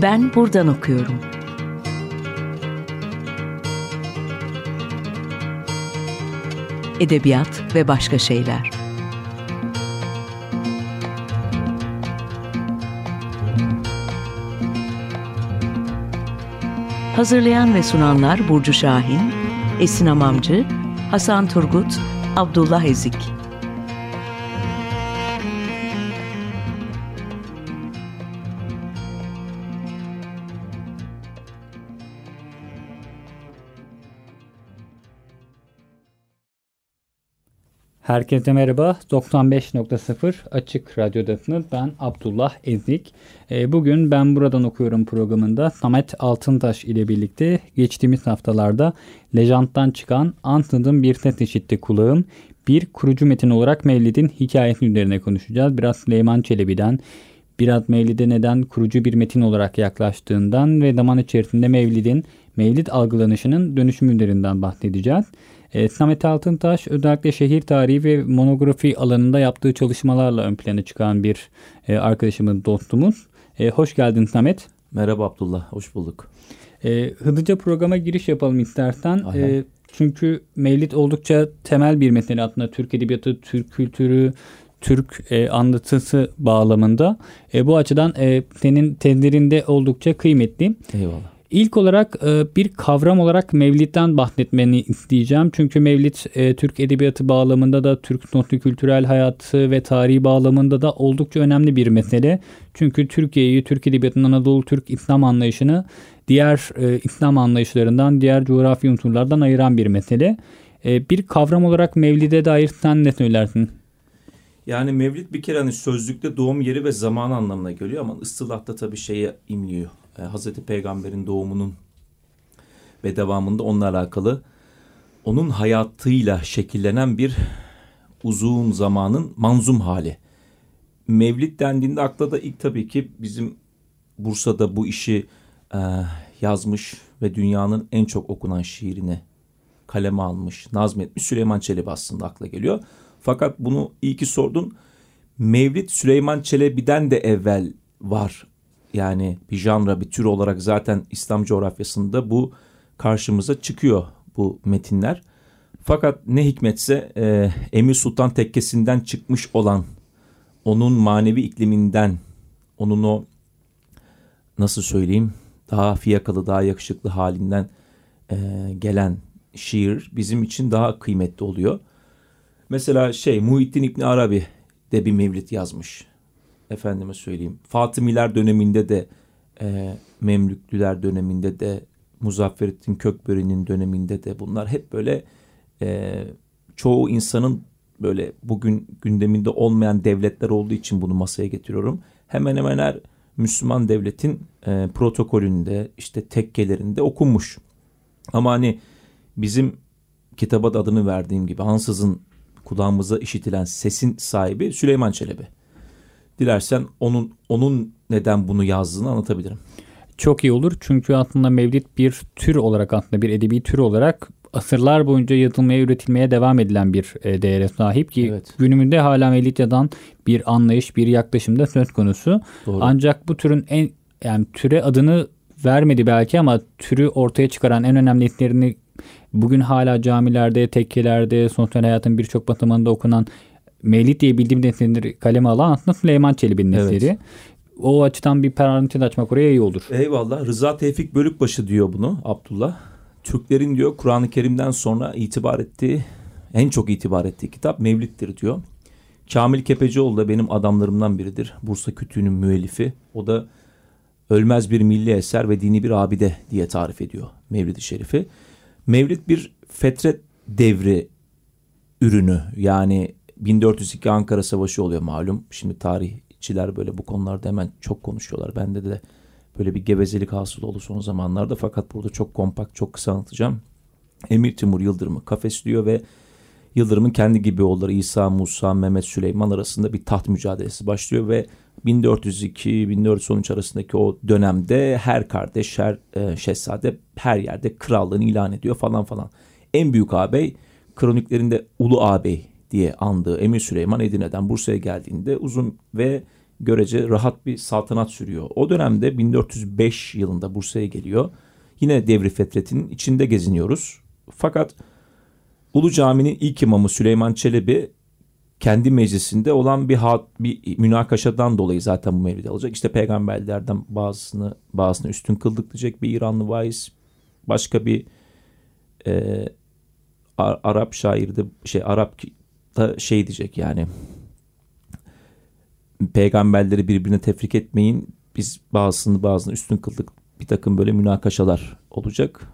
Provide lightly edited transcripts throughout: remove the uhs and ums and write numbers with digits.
Ben buradan okuyorum. Edebiyat ve başka şeyler. Hazırlayan ve sunanlar Burcu Şahin, Esin Amamcı, Hasan Turgut, Abdullah Ezik. Herkese merhaba. 95.0 Açık Radyo'dasınız. Ben Abdullah Ezik. Bugün Ben Buradan Okuyorum programında Samet Altıntaş ile birlikte geçtiğimiz haftalarda Lejant'tan çıkan Ansızın Bir Ses İşitti Kulağım, bir kurucu metin olarak Mevlid'in hikayesi üzerine konuşacağız. Biraz Süleyman Çelebi'den, biraz Mevlid'e neden kurucu bir metin olarak yaklaştığından ve zaman içerisinde Mevlid algılanışının dönüşümü üzerinden bahsedeceğiz. Samet Altıntaş özellikle şehir tarihi ve monografi alanında yaptığı çalışmalarla ön plana çıkan bir arkadaşımız, dostumuz. Hoş geldin Samet. Merhaba Abdullah, hoş bulduk. Hızlıca programa giriş yapalım istersen. Çünkü Mevlid oldukça temel bir mesele aslında Türk edebiyatı, Türk kültürü, Türk anlatısı bağlamında. Bu açıdan senin tezlerinde oldukça kıymetli. Eyvallah. İlk olarak bir kavram olarak Mevlid'den bahsetmeni isteyeceğim. Çünkü Mevlid Türk edebiyatı bağlamında da Türk sosyo-kültürel hayatı ve tarihi bağlamında da oldukça önemli bir mesele. Çünkü Türkiye'yi, Türk edebiyatının Anadolu Türk İslam anlayışını diğer İslam anlayışlarından, diğer coğrafi unsurlardan ayıran bir mesele. Bir kavram olarak Mevlid'e dair sen ne söylersin? Yani Mevlid bir kere hani sözlükte doğum yeri ve zaman anlamına geliyor ama ıstılahta tabii şeye imliyor. Hazreti Peygamber'in doğumunun ve devamında onunla alakalı onun hayatıyla şekillenen bir uzun zamanın manzum hali. Mevlid dendiğinde akla da ilk tabii ki bizim Bursa'da bu işi yazmış ve dünyanın en çok okunan şiirini kaleme almış, nazmetmiş Süleyman Çelebi aslında akla geliyor. Fakat bunu iyi ki sordun. Mevlid Süleyman Çelebi'den de evvel var. Yani bir janra, bir tür olarak zaten İslam coğrafyasında bu karşımıza çıkıyor bu metinler. Fakat ne hikmetse Emir Sultan Tekkesi'nden çıkmış olan, onun manevi ikliminden, onun o nasıl söyleyeyim daha fiyakalı, daha yakışıklı halinden gelen şiir bizim için daha kıymetli oluyor. Mesela Muhittin İbni Arabi de bir mevlid yazmış. Efendime söyleyeyim. Fatımiler döneminde de Memlüklüler döneminde de Muzafferettin Kökberi'nin döneminde de bunlar hep böyle çoğu insanın böyle bugün gündeminde olmayan devletler olduğu için bunu masaya getiriyorum. Hemen hemen her Müslüman devletin protokolünde işte tekkelerinde okunmuş. Ama hani bizim kitaba da adını verdiğim gibi ansızın kulağımıza işitilen sesin sahibi Süleyman Çelebi. Dilersen onun neden bunu yazdığını anlatabilirim. Çok iyi olur çünkü aslında Mevlid bir tür olarak, aslında bir edebi tür olarak asırlar boyunca yazılmaya, üretilmeye devam edilen bir değere sahip ki evet. Günümüzde hala Mevlid yazan bir anlayış, bir yaklaşımda söz konusu. Doğru. Ancak bu türün türe adını vermedi belki ama türü ortaya çıkaran en önemli isimlerini bugün hala camilerde, tekkelerde, sosyal hayatın birçok basamağında okunan Mevlid diye bildiğim eserleri kaleme alan aslında Süleyman Çelebi'nin eseri. Evet. O açıdan bir parantez açmak oraya iyi olur. Eyvallah. Rıza Tevfik Bölükbaşı diyor bunu Abdullah. Türklerin diyor Kur'an-ı Kerim'den sonra en çok itibar ettiği kitap Mevlid'dir diyor. Kamil Kepecioğlu da benim adamlarımdan biridir. Bursa Kütüğü'nün müellifi. O da ölmez bir milli eser ve dini bir abide diye tarif ediyor Mevlid-i Şerif'i. Mevlid bir fetret devri ürünü. Yani 1402 Ankara Savaşı oluyor malum. Şimdi tarihçiler böyle bu konularda hemen çok konuşuyorlar. Bende de böyle bir gevezelik hasıl oldu son zamanlarda. Fakat burada çok kompakt, çok kısa anlatacağım. Emir Timur Yıldırım'ı kafesliyor ve Yıldırım'ın kendi gibi oğulları İsa, Musa, Mehmet, Süleyman arasında bir taht mücadelesi başlıyor ve 1402-1413 arasındaki o dönemde her kardeş, her şehzade her yerde krallığını ilan ediyor falan falan. En büyük ağabey, kroniklerinde Ulu Ağabey diye andığı Emir Süleyman Edirne'den Bursa'ya geldiğinde uzun ve görece rahat bir saltanat sürüyor. O dönemde 1405 yılında Bursa'ya geliyor. Yine Devri Fetret'in içinde geziniyoruz. Fakat Ulu Cami'nin ilk imamı Süleyman Çelebi kendi meclisinde olan bir münakaşadan dolayı zaten bu mevlidi alacak. İşte peygamberlerden bazısını üstün kıldık diyecek bir İranlı vaiz. Başka bir Arap şairi de Arap da diyecek yani. Peygamberleri birbirine tefrik etmeyin. Biz bazısını üstün kıldık. Bir takım böyle münakaşalar olacak.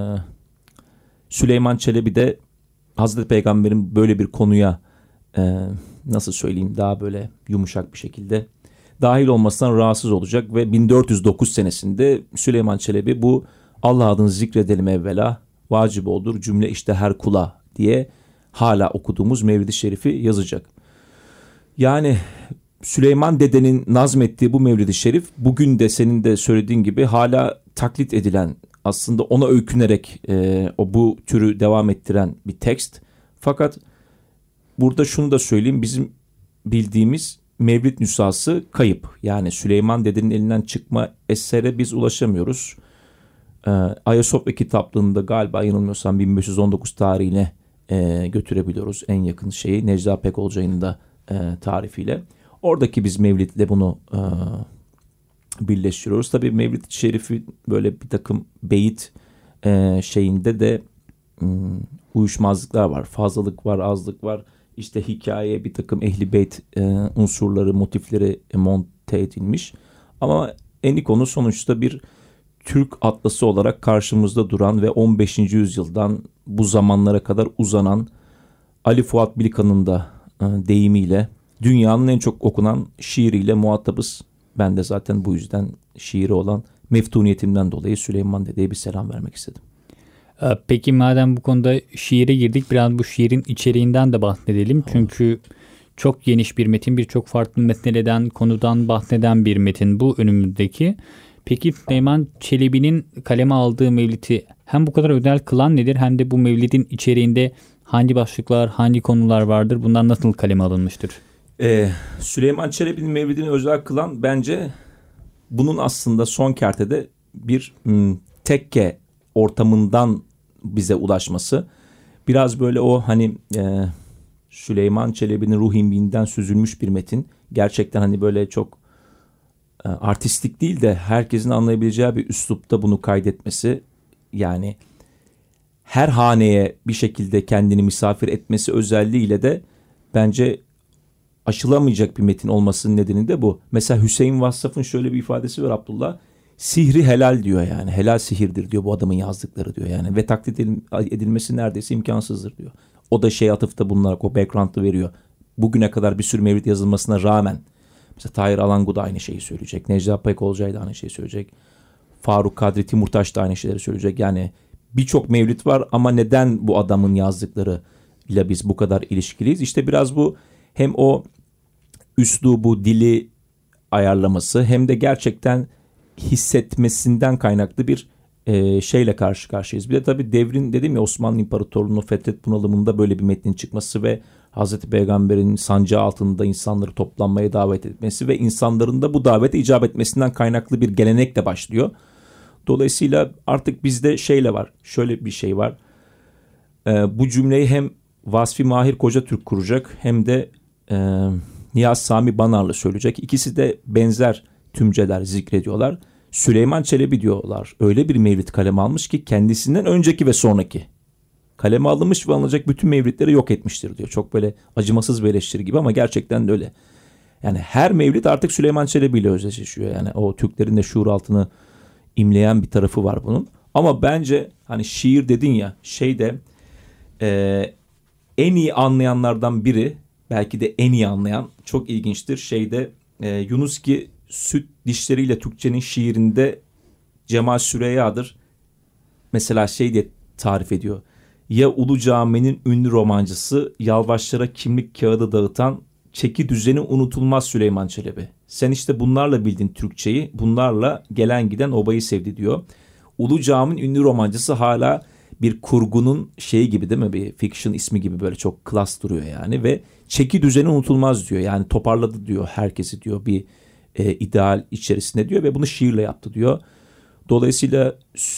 Süleyman Çelebi de Hazreti Peygamber'in böyle bir konuya nasıl söyleyeyim daha böyle yumuşak bir şekilde dahil olmasından rahatsız olacak ve 1409 senesinde Süleyman Çelebi bu Allah adını zikredelim evvela vacip olur cümle işte her kula diye hala okuduğumuz Mevlid-i Şerif'i yazacak. Yani Süleyman Dede'nin nazmettiği bu Mevlid-i Şerif bugün de senin de söylediğin gibi hala taklit edilen aslında ona öykünerek bu türü devam ettiren bir tekst. Fakat burada şunu da söyleyeyim bizim bildiğimiz Mevlid nüshası kayıp. Yani Süleyman Dede'nin elinden çıkma esere biz ulaşamıyoruz. Ayasofya kitaplığında galiba yanılmıyorsam 1519 tarihine götürebiliyoruz en yakın şeyi Necla Pekolcay'ın da tarifiyle. Oradaki biz Mevlid'le bunu birleştiriyoruz. Tabii Mevlid-i Şerif'i böyle bir takım beyit şeyinde de uyuşmazlıklar var. Fazlalık var, azlık var. İşte hikayeye bir takım ehli beyt unsurları, motifleri monte edilmiş. Ama en konu sonuçta bir Türk atlası olarak karşımızda duran ve 15. yüzyıldan bu zamanlara kadar uzanan Ali Fuat Bilkan'ın da deyimiyle dünyanın en çok okunan şiiriyle muhatabız. Ben de zaten bu yüzden şiiri olan meftuniyetimden dolayı Süleyman Dede'ye bir selam vermek istedim. Peki madem bu konuda şiire girdik biraz bu şiirin içeriğinden de bahsedelim. Çünkü çok geniş bir metin, birçok farklı metneden, konudan bahseden bir metin bu önümüzdeki. Peki Süleyman Çelebi'nin kaleme aldığı mevlidi hem bu kadar özel kılan nedir hem de bu mevlidin içeriğinde hangi başlıklar, hangi konular vardır? Bunlar nasıl kaleme alınmıştır? Süleyman Çelebi'nin mevlidini özel kılan bence bunun aslında son kertede bir tekke ortamından bize ulaşması. Biraz böyle o hani Süleyman Çelebi'nin ruh imbiğinden süzülmüş bir metin. Gerçekten hani böyle çok artistik değil de herkesin anlayabileceği bir üslupta bunu kaydetmesi. Yani her haneye bir şekilde kendini misafir etmesi özelliğiyle de bence aşılamayacak bir metin olmasının nedeni de bu. Mesela Hüseyin Vassaf'ın şöyle bir ifadesi var Abdullah. Sihri helal diyor yani. Helal sihirdir diyor bu adamın yazdıkları diyor yani. Ve taklit edilmesi neredeyse imkansızdır diyor. O da atıfta bulunarak o background'ı veriyor. Bugüne kadar bir sürü mevlid yazılmasına rağmen mesela Tahir Alangu da aynı şeyi söyleyecek. Necla Pekolcay da aynı şeyi söyleyecek. Faruk Kadri Timurtaş da aynı şeyleri söyleyecek. Yani birçok mevlid var ama neden bu adamın yazdıklarıyla biz bu kadar ilişkiliyiz? İşte biraz bu hem o üslubu, dili ayarlaması hem de gerçekten hissetmesinden kaynaklı bir şeyle karşı karşıyayız. Bir de tabii devrin dedim ya Osmanlı İmparatorluğu'nun fetret bunalımında böyle bir metnin çıkması ve Hazreti Peygamber'in sancağı altında insanları toplanmaya davet etmesi ve insanların da bu davete icap etmesinden kaynaklı bir gelenekle başlıyor. Dolayısıyla artık bizde var. Şöyle bir şey var. Bu cümleyi hem Vasfi Mahir Kocatürk kuracak hem de Niyaz Sami Banarlı söyleyecek. İkisi de benzer tümceler zikrediyorlar. Süleyman Çelebi diyorlar. Öyle bir mevlid kaleme almış ki kendisinden önceki ve sonraki kaleme alınmış ve alınacak bütün mevlidleri yok etmiştir diyor. Çok böyle acımasız bir eleştiri gibi ama gerçekten de öyle. Yani her mevlid artık Süleyman Çelebi ile özdeşleşiyor. Yani o Türklerin de şuur altını imleyen bir tarafı var bunun. Ama bence hani şiir dedin ya en iyi anlayanlardan biri belki de en iyi anlayan çok ilginçtir. Yunuski süt dişleriyle Türkçenin şiirinde Cemal Süreyya'dır. Mesela diye tarif ediyor. Ya Ulu Cami'nin ünlü romancısı yalvaçlara kimlik kağıdı dağıtan çeki düzeni unutulmaz Süleyman Çelebi. Sen işte bunlarla bildin Türkçeyi, bunlarla gelen giden obayı sevdi diyor. Ulu Cami'nin ünlü romancısı hala bir kurgunun gibi değil mi? Bir fiction ismi gibi böyle çok klas duruyor yani ve çeki düzeni unutulmaz diyor. Yani toparladı diyor herkesi diyor bir ideal içerisinde diyor ve bunu şiirle yaptı diyor. Dolayısıyla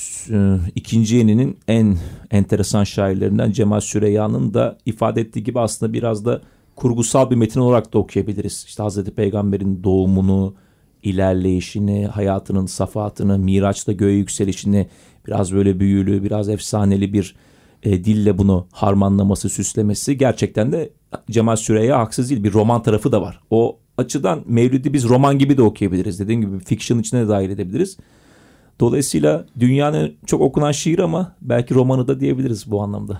ikinci yeninin en enteresan şairlerinden Cemal Süreyya'nın da ifade ettiği gibi aslında biraz da kurgusal bir metin olarak da okuyabiliriz. İşte Hazreti Peygamber'in doğumunu, ilerleyişini, hayatının safahatını, Miraç'ta göğe yükselişini biraz böyle büyülü, biraz efsaneli bir dille bunu harmanlaması, süslemesi gerçekten de Cemal Süreyya haksız değil. Bir roman tarafı da var. O açıdan Mevlid'i biz roman gibi de okuyabiliriz. Dediğim gibi fiction içine de dahil edebiliriz. Dolayısıyla dünyanın çok okunan şiir ama belki romanı da diyebiliriz bu anlamda.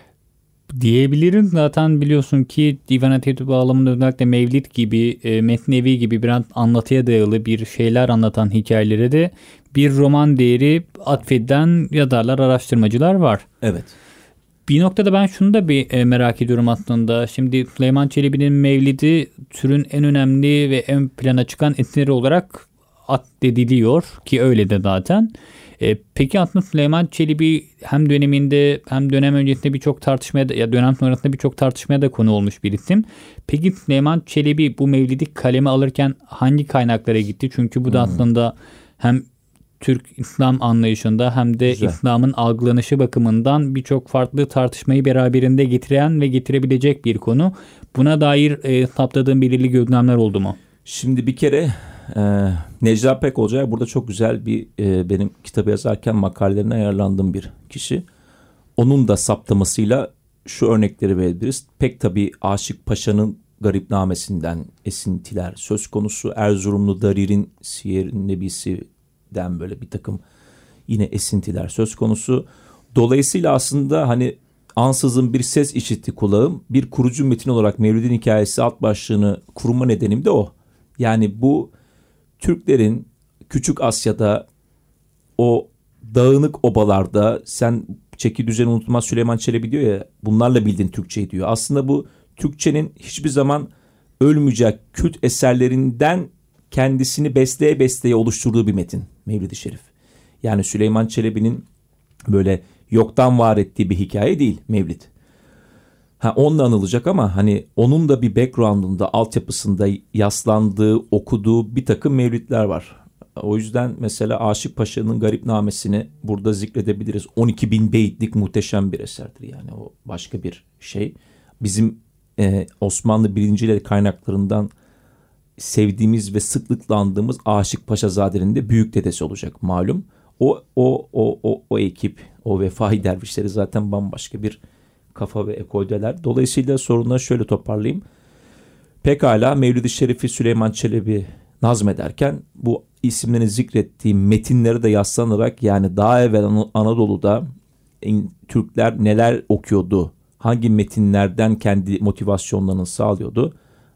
Diyebilirim. Zaten biliyorsun ki Divan-ı Edeb bağlamında özellikle Mevlid gibi, Mesnevi gibi biraz anlatıya dayalı bir şeyler anlatan hikayelere de bir roman değeri atfeden yazarlar, araştırmacılar var. Evet. Bir noktada ben şunu da bir merak ediyorum aslında. Şimdi Süleyman Çelebi'nin Mevlid'i türün en önemli ve ön plana çıkan eseri olarak addediliyor ki öyle de zaten. Peki aslında Süleyman Çelebi hem döneminde hem dönem öncesinde birçok tartışmaya da, ya dönem sonrasında birçok tartışmaya da konu olmuş bir isim. Peki Süleyman Çelebi bu Mevlid'i kaleme alırken hangi kaynaklara gitti? Çünkü bu da aslında hem Türk İslam anlayışında hem de Güzel. İslam'ın algılanışı bakımından birçok farklı tartışmayı beraberinde getiren ve getirebilecek bir konu. Buna dair saptadığın belirli gözlemler oldu mu? Şimdi bir kere Necla Pekoğlu burada çok güzel bir benim kitabı yazarken makalelerine ayarlandığım bir kişi. Onun da saptamasıyla şu örnekleri verebiliriz. Pek tabii Aşık Paşa'nın Garipnamesi'nden esintiler söz konusu. Erzurumlu Darir'in Siyer-i Nebisi'den böyle bir takım yine esintiler söz konusu. Dolayısıyla aslında hani ansızın bir ses işitti kulağım. Bir kurucu metin olarak Mevlid'in hikayesi alt başlığını kurma nedenim de o. Yani bu Türklerin Küçük Asya'da o dağınık obalarda sen çeki düzeni unutmaz Süleyman Çelebi diyor ya bunlarla bildin Türkçeyi diyor. Aslında bu Türkçenin hiçbir zaman ölmeyecek kült eserlerinden kendisini besleye besleye oluşturduğu bir metin Mevlid-i Şerif. Yani Süleyman Çelebi'nin böyle yoktan var ettiği bir hikaye değil Mevlid. Onunla anılacak ama hani onun da bir background'unda, altyapısında yaslandığı, okuduğu bir takım mevlidler var. O yüzden mesela Aşık Paşa'nın Garipnamesini burada zikredebiliriz. 12.000 beyitlik muhteşem bir eserdir yani o başka bir şey. Bizim Osmanlı birincileri kaynaklarından sevdiğimiz ve sıklıkla andığımız Aşık Paşazade'nin de büyük dedesi olacak malum. O ekip, o vefai dervişleri zaten bambaşka bir kafa ve ekoldeler. Dolayısıyla sorunları şöyle toparlayayım. Pekala Mevlid-i Şerif'i Süleyman Çelebi nazmederken bu isimlerin zikrettiği metinleri de yaslanarak yani daha evvel Anadolu'da Türkler neler okuyordu, hangi metinlerden kendi motivasyonlarını sağlıyordu.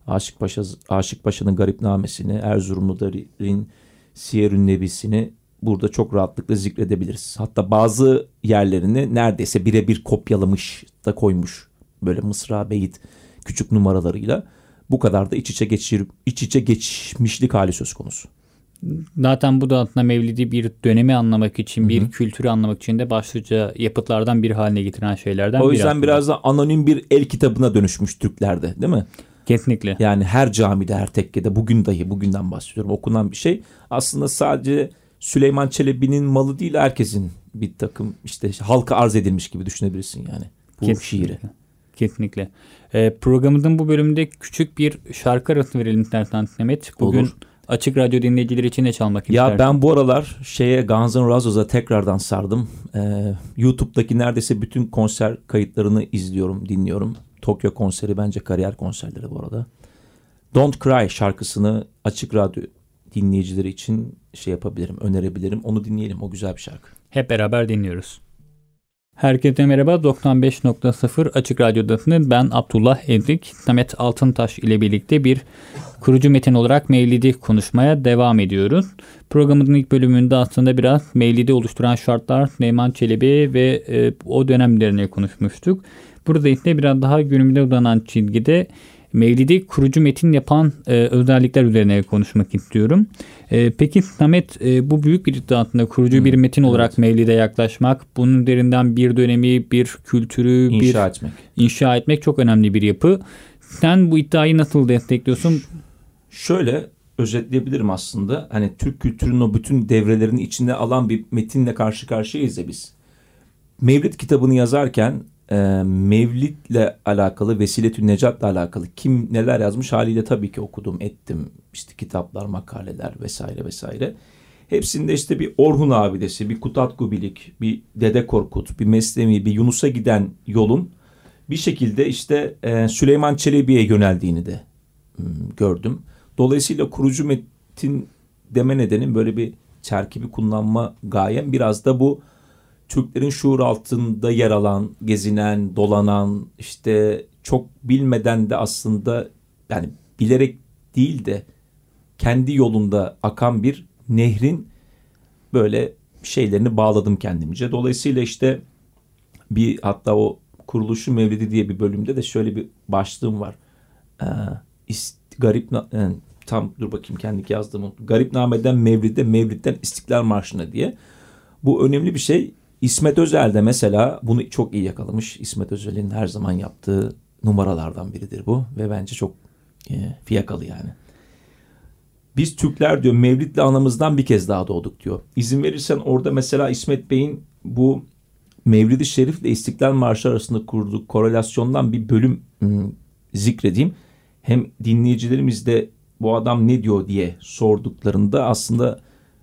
Aşık Paşa'nın Garipnamesini, Erzurumlu Darir'in Siyer-i Nebisi'ni burada çok rahatlıkla zikredebiliriz. Hatta bazı yerlerini neredeyse birebir kopyalamış da koymuş. Böyle mısra, beyit, küçük numaralarıyla. Bu kadar da iç içe geçmişlik hali söz konusu. Zaten bu da aslında Mevlid'i bir dönemi anlamak için, bir kültürü anlamak için de başlıca yapıtlardan bir haline getiren şeylerden biri. O yüzden biraz da anonim bir el kitabına dönüşmüş Türklerde, değil mi? Kesinlikle. Yani her camide, her tekkede bugünden bahsediyorum okunan bir şey. Aslında sadece Süleyman Çelebi'nin malı değil herkesin bir takım işte halka arz edilmiş gibi düşünebilirsin yani bu Kesinlikle. şiiri. Kesinlikle. Programımızın bu bölümünde küçük bir şarkı arası verelim istersen Samet. Bugün Olur. Açık Radyo dinleyicileri için ne çalmak istersin? Ya ben bu aralar Guns N' Roses'a tekrardan sardım. YouTube'daki neredeyse bütün konser kayıtlarını izliyorum, dinliyorum. Tokyo konseri bence kariyer konserleri bu arada. Don't Cry şarkısını Açık Radyo dinleyicileri için önerebilirim. Onu dinleyelim. O güzel bir şarkı. Hep beraber dinliyoruz. Herkese merhaba. 95.0 Açık Radyo'dasınız. Ben Abdullah Edrik. Samet Altıntaş ile birlikte bir kurucu metin olarak Mevlid'i konuşmaya devam ediyoruz. Programımızın ilk bölümünde aslında biraz Mevlid'i oluşturan şartlar, Süleyman Çelebi ve o dönemlerini konuşmuştuk. Burada ise biraz daha günümüze uzanan çizgide Mevlid'i kurucu metin yapan özellikler üzerine konuşmak istiyorum. Peki Samet, bu büyük bir iddia aslında kurucu bir metin olarak Mevlid'e yaklaşmak, bunun üzerinden bir dönemi, bir kültürü inşa etmek çok önemli bir yapı. Sen bu iddiayı nasıl destekliyorsun? Şöyle, özetleyebilirim aslında. Hani Türk kültürünün o bütün devrelerini içinde alan bir metinle karşı karşıyayız ya biz. Mevlid kitabını yazarken Mevlid'le alakalı, Vesiletün Necat'la alakalı kim neler yazmış haliyle tabii ki okudum, ettim. İşte kitaplar, makaleler vesaire vesaire. Hepsinde işte bir Orhun abidesi, bir Kutatkubilik, bir Dede Korkut, bir Mesnevi, bir Yunus'a giden yolun bir şekilde işte Süleyman Çelebi'ye yöneldiğini de gördüm. Dolayısıyla kurucu metin deme nedenim böyle bir terkibi kullanma gayem biraz da bu Türklerin şuur altında yer alan, gezinen, dolanan, işte çok bilmeden de aslında yani bilerek değil de kendi yolunda akan bir nehrin böyle şeylerini bağladım kendimce. Dolayısıyla işte hatta o Kuruluşu Mevlidi diye bir bölümde de şöyle bir başlığım var. Tam dur bakayım kendi yazdığımı. Garipname'den Mevlid'e, Mevlid'den İstiklal Marşı'na diye. Bu önemli bir şey. İsmet Özel de mesela bunu çok iyi yakalamış. İsmet Özel'in her zaman yaptığı numaralardan biridir bu. Ve bence çok fiyakalı yani. Biz Türkler diyor Mevlid'le anamızdan bir kez daha doğduk diyor. İzin verirsen orada mesela İsmet Bey'in bu Mevlid-i Şerif ile İstiklal Marşı arasında kurduğu korelasyondan bir bölüm zikredeyim. Hem dinleyicilerimiz de bu adam ne diyor diye sorduklarında aslında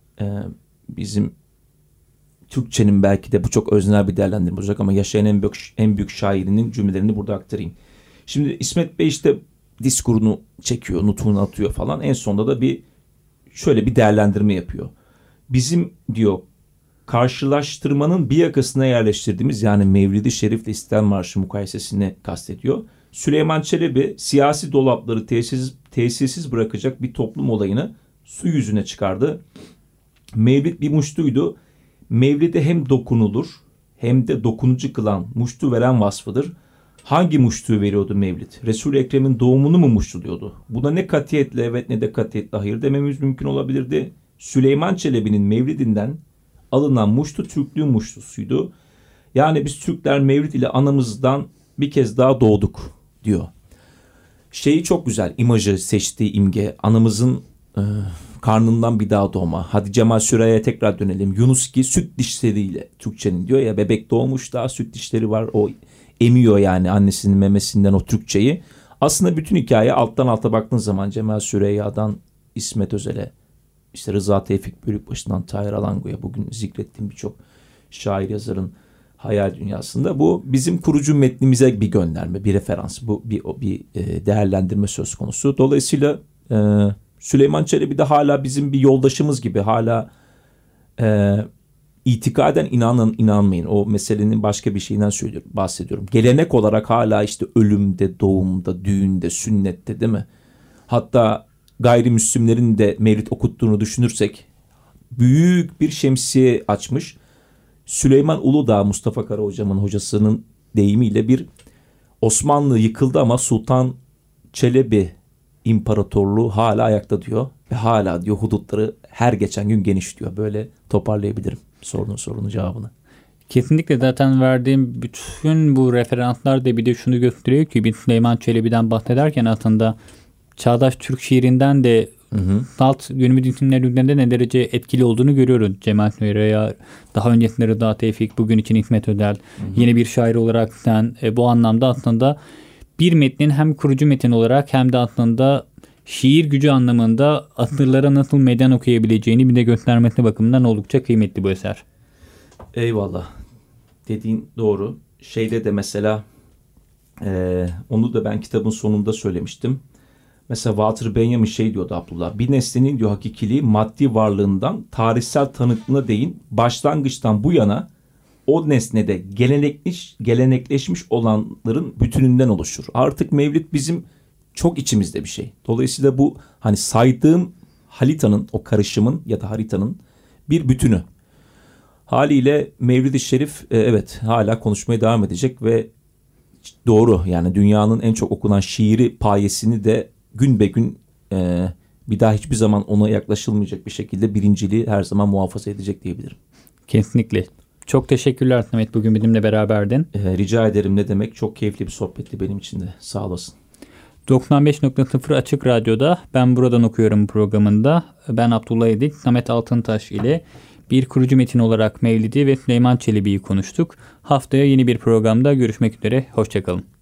bizim Türkçenin belki de bu çok öznel bir değerlendirme olacak ama yaşayan en büyük şairinin cümlelerini burada aktarayım. Şimdi İsmet Bey işte diskurunu çekiyor, nutunu atıyor falan. En sonunda da şöyle bir değerlendirme yapıyor. Bizim diyor karşılaştırmanın bir yakasına yerleştirdiğimiz yani Mevlid-i Şerif ile İstiklal Marşı mukayesesini kastediyor. Süleyman Çelebi siyasi dolapları tesirsiz bırakacak bir toplum olayını su yüzüne çıkardı. Mevlid bir muştuydu. Mevlid'e hem dokunulur hem de dokunucu kılan muştu veren vasfıdır. Hangi muştuyu veriyordu Mevlid? Resul-i Ekrem'in doğumunu mu muştuluyordu? Buna ne katiyetle evet ne de katiyetle hayır dememiz mümkün olabilirdi. Süleyman Çelebi'nin Mevlid'inden alınan muştu Türklüğün muştusuydu. Yani biz Türkler Mevlid ile anamızdan bir kez daha doğduk diyor. Şeyi çok güzel, imajı seçtiği imge, anamızın karnından bir daha doğma. Hadi Cemal Süreyya'ya tekrar dönelim. Yunus ki süt dişleriyle Türkçenin diyor ya bebek doğmuş daha süt dişleri var. O emiyor yani annesinin memesinden o Türkçeyi. Aslında bütün hikaye alttan alta baktığın zaman Cemal Süreyya'dan İsmet Özel'e, işte Rıza Tevfik Bölükbaşı'ndan Tahir Alango'ya bugün zikrettiğim birçok şair yazarın hayal dünyasında bu bizim kurucu metnimize bir gönderme, bir referans, bu bir değerlendirme söz konusu. Dolayısıyla Süleyman Çelebi de hala bizim bir yoldaşımız gibi, hala itikaden inanın inanmayın o meselenin başka bir şeyinden bahsediyorum. Gelenek olarak hala işte ölümde, doğumda, düğünde, sünnette değil mi? Hatta gayrimüslimlerin de mevlid okuttuğunu düşünürsek büyük bir şemsiye açmış. Süleyman Uludağ, Mustafa Kara hocamın hocasının deyimiyle bir Osmanlı yıkıldı ama Sultan Çelebi İmparatorluğu hala ayakta diyor. Ve hala diyor hudutları her geçen gün genişliyor. Böyle toparlayabilirim sorunun cevabını. Kesinlikle zaten verdiğim bütün bu referanslar da bir de şunu gösteriyor ki bir Süleyman Çelebi'den bahsederken aslında çağdaş Türk şiirinden de salt günümüz isimler üzerinde ne derece etkili olduğunu görüyoruz. Cemal Süreyya, daha öncesinde Rıza Tevfik, bugün için İsmet Özel, yeni bir şair olarak sen bu anlamda aslında bir metnin hem kurucu metin olarak hem de aslında şiir gücü anlamında asırlara nasıl meydan okuyabileceğini bir de göstermesi bakımından oldukça kıymetli bu eser. Eyvallah. Dediğin doğru. Şeyde de mesela onu da ben kitabın sonunda söylemiştim. Mesela Walter Benjamin şey diyordu Abdullah. Bir nesnenin diyor hakikiliği maddi varlığından tarihsel tanıklığına değin başlangıçtan bu yana o nesnede gelenekleşmiş olanların bütününden oluşur. Artık Mevlid bizim çok içimizde bir şey. Dolayısıyla bu hani saydığım haritanın, o karışımın ya da haritanın bir bütünü. Haliyle Mevlid-i Şerif evet hala konuşmaya devam edecek ve doğru yani dünyanın en çok okunan şiiri payesini de gün be gün bir daha hiçbir zaman ona yaklaşılmayacak bir şekilde birinciliği her zaman muhafaza edecek diyebilirim. Kesinlikle. Çok teşekkürler Samet, bugün bizimle beraberdin. Rica ederim, ne demek, çok keyifli bir sohbetti benim için de, sağ olasın. 95.0 Açık Radyo'da Ben Buradan Okuyorum programında ben Abdullah Edik, Samet Altıntaş ile bir kurucu metin olarak Mevlid'i ve Süleyman Çelebi'yi konuştuk. Haftaya yeni bir programda görüşmek üzere, hoşçakalın.